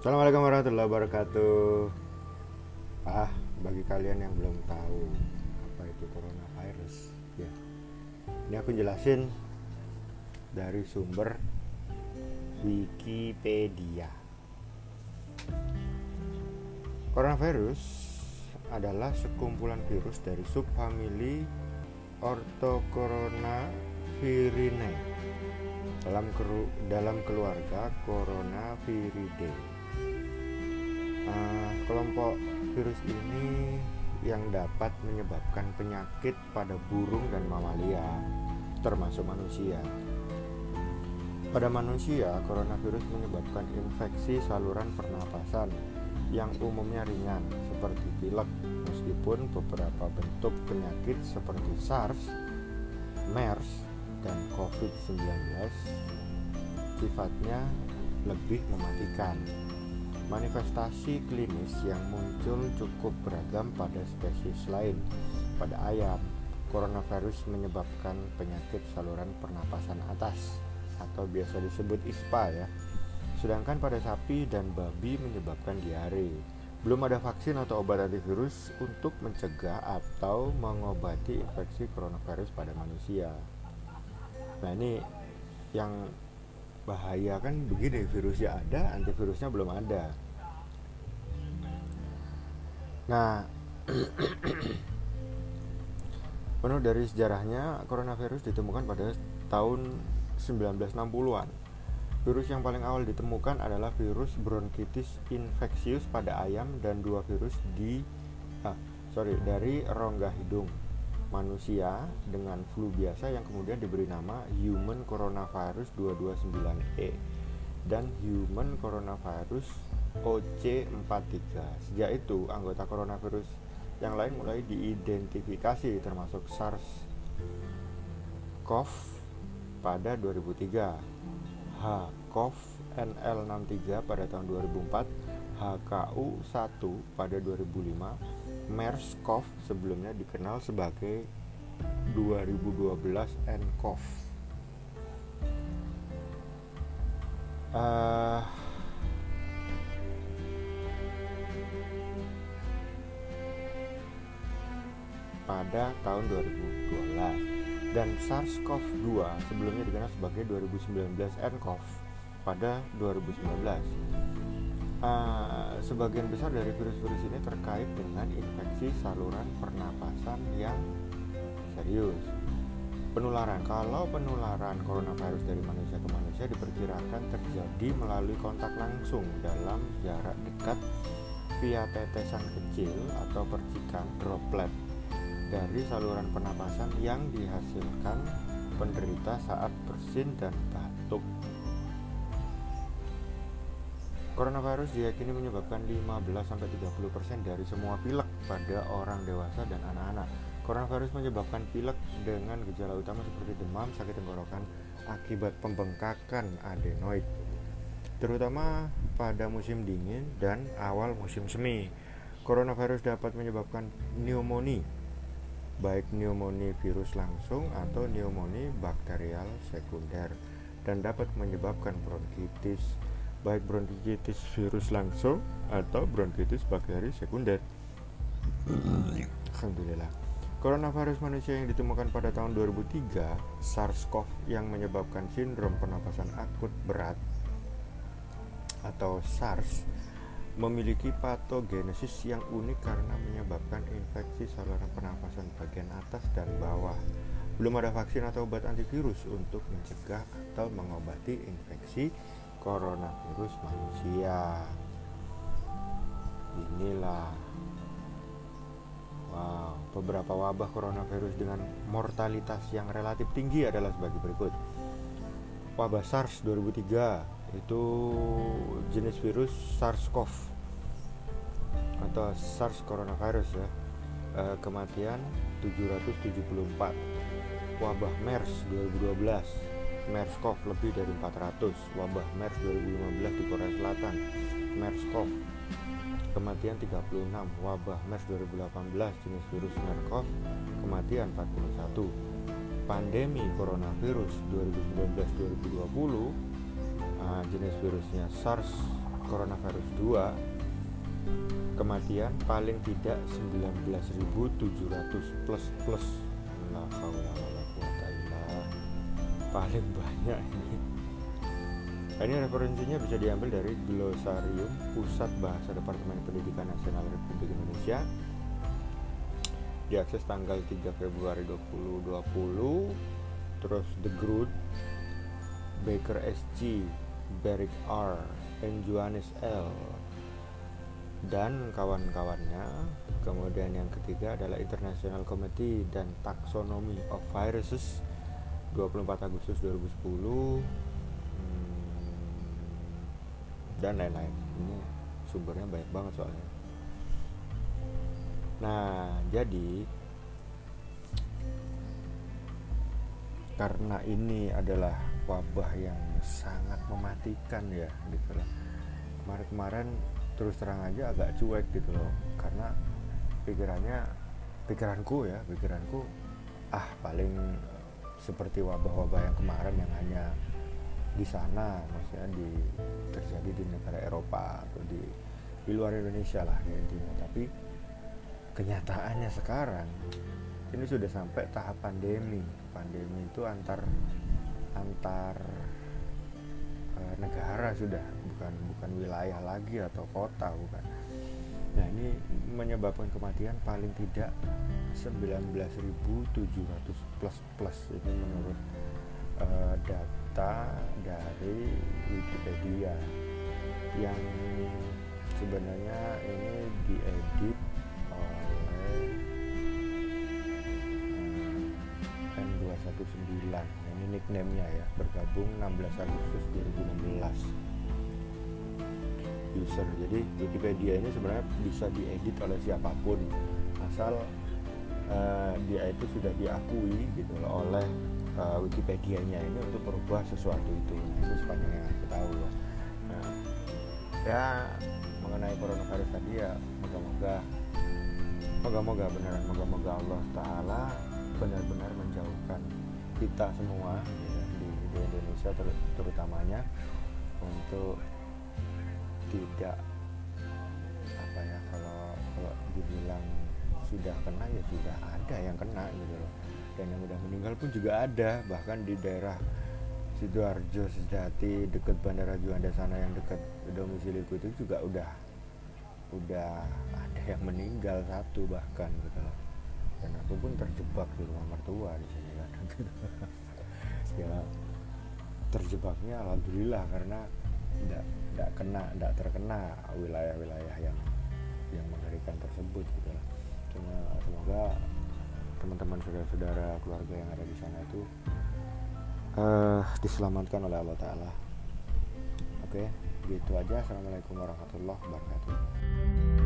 Assalamualaikum warahmatullahi wabarakatuh. Bagi kalian yang belum tahu apa itu coronavirus, ya, ini aku jelasin dari sumber Wikipedia. Coronavirus adalah sekumpulan virus dari subfamili Orthocoronavirinae dalam keluarga Coronaviridae. Kelompok virus ini yang dapat menyebabkan penyakit pada burung dan mamalia, termasuk manusia. Pada manusia, coronavirus menyebabkan infeksi saluran pernapasan yang umumnya ringan, seperti pilek, meskipun beberapa bentuk penyakit seperti SARS, MERS, dan COVID-19 sifatnya lebih mematikan. Manifestasi klinis yang muncul cukup beragam pada spesies lain. Pada ayam, coronavirus menyebabkan penyakit saluran pernapasan atas atau biasa disebut ISPA ya. Sedangkan pada sapi dan babi menyebabkan diare. Belum ada vaksin atau obat antivirus untuk mencegah atau mengobati infeksi coronavirus pada manusia. Nah, ini yang bahaya kan begini, virusnya ada, antivirusnya belum ada. Nah, penuh dari sejarahnya, coronavirus ditemukan pada tahun 1960-an. Virus yang paling awal ditemukan adalah virus bronkitis infeksius pada ayam dan dua virus dari rongga hidung manusia dengan flu biasa yang kemudian diberi nama Human Coronavirus 229E dan Human Coronavirus OC43. Sejak itu, anggota coronavirus yang lain mulai diidentifikasi, termasuk SARS-CoV pada 2003, H-CoV NL63 pada tahun 2004, HKU1 pada 2005, MERS-CoV sebelumnya dikenal sebagai 2012 nCoV. Pada tahun 2012 dan SARS-CoV-2 sebelumnya dikenal sebagai 2019 nCoV pada 2019. Sebagian besar dari virus-virus ini terkait dengan infeksi saluran pernapasan yang serius. Penularan, kalau penularan coronavirus dari manusia ke manusia diperkirakan terjadi melalui kontak langsung dalam jarak dekat via tetesan kecil atau percikan droplet dari saluran pernapasan yang dihasilkan penderita saat bersin dan batuk. Coronavirus diyakini menyebabkan 15-30% dari semua pilek pada orang dewasa dan anak-anak. Coronavirus menyebabkan pilek dengan gejala utama seperti demam, sakit tenggorokan akibat pembengkakan adenoid, terutama pada musim dingin dan awal musim semi. Coronavirus dapat menyebabkan pneumonia, baik pneumonia virus langsung atau pneumonia bakterial sekunder, dan dapat menyebabkan bronkitis, baik bronkitis virus langsung atau bronkitis bakteri sekunder. Alhamdulillah. Coronavirus manusia yang ditemukan pada tahun 2003, SARS-CoV yang menyebabkan sindrom pernapasan akut berat atau SARS, memiliki patogenesis yang unik karena menyebabkan infeksi saluran pernapasan bagian atas dan bawah. Belum ada vaksin atau obat antivirus untuk mencegah atau mengobati infeksi coronavirus manusia. Inilah beberapa wabah coronavirus dengan mortalitas yang relatif tinggi adalah sebagai berikut. Wabah SARS 2003 itu jenis virus SARS-CoV atau SARS coronavirus ya. Kematian 774. Wabah MERS 2012, MERS-CoV lebih dari 400. Wabah MERS 2015 di Korea Selatan, MERS-CoV, kematian 36. Wabah MERS 2018 jenis virus MERS-CoV, kematian 41. Pandemi coronavirus 2019-2020, jenis virusnya SARS coronavirus 2, kematian paling tidak 19.700 plus. La haula wala quwata illa billah. Paling banyak ini. Ini referensinya bisa diambil dari Glosarium Pusat Bahasa Departemen Pendidikan Nasional Republik Indonesia. Diakses tanggal 3 Februari 2020. Terus The Groot, Baker SG, Beric R, Johannes L, dan kawan-kawannya. Kemudian yang ketiga adalah International Committee dan Taxonomy of Viruses, 24 Agustus 2010, dan lain-lain. Ini sumbernya banyak banget soalnya. Nah, jadi karena ini adalah wabah yang sangat mematikan ya gitu loh. Kemarin terus terang aja agak cuek gitu loh, karena pikiranku paling seperti wabah-wabah yang kemarin yang hanya di sana, maksudnya terjadi di negara Eropa atau di luar Indonesia lah ya intinya. Tapi kenyataannya sekarang ini sudah sampai tahap pandemi itu antar negara sudah, bukan wilayah lagi atau kota, bukan. Nah, ini menyebabkan kematian paling tidak 19.700 plus ini menurut data dari Wikipedia, yang sebenarnya ini diedit oleh N219. Ini nickname-nya ya, bergabung 16 Agustus 2016 user. Jadi Wikipedia ini sebenarnya bisa diedit oleh siapapun asal dia itu sudah diakui gitu loh oleh Wikipedia-nya ini untuk merubah sesuatu itu. Itu sepanjang yang aku tahu ya. Nah, ya mengenai coronavirus tadi ya, moga-moga Allah Ta'ala benar-benar menjauhkan kita semua ya, di Indonesia terutamanya, untuk tidak kalau dibilang sudah kena ya sudah ada yang kena gitu loh, dan yang udah meninggal pun juga ada. Bahkan di daerah Sidoarjo, Sedati, dekat Bandara Juanda sana, yang dekat domisiliku itu juga udah ada yang meninggal satu bahkan gitu loh. Dan aku pun terjebak di rumah mertua di sini kan. Ya terjebaknya alhamdulillah karena tidak terkena wilayah-wilayah yang mengerikan tersebut gitu lah. Cuma semoga teman-teman saudara-saudara keluarga yang ada di sana itu diselamatkan oleh Allah Ta'ala. Oke, gitu aja. Assalamualaikum warahmatullahi wabarakatuh.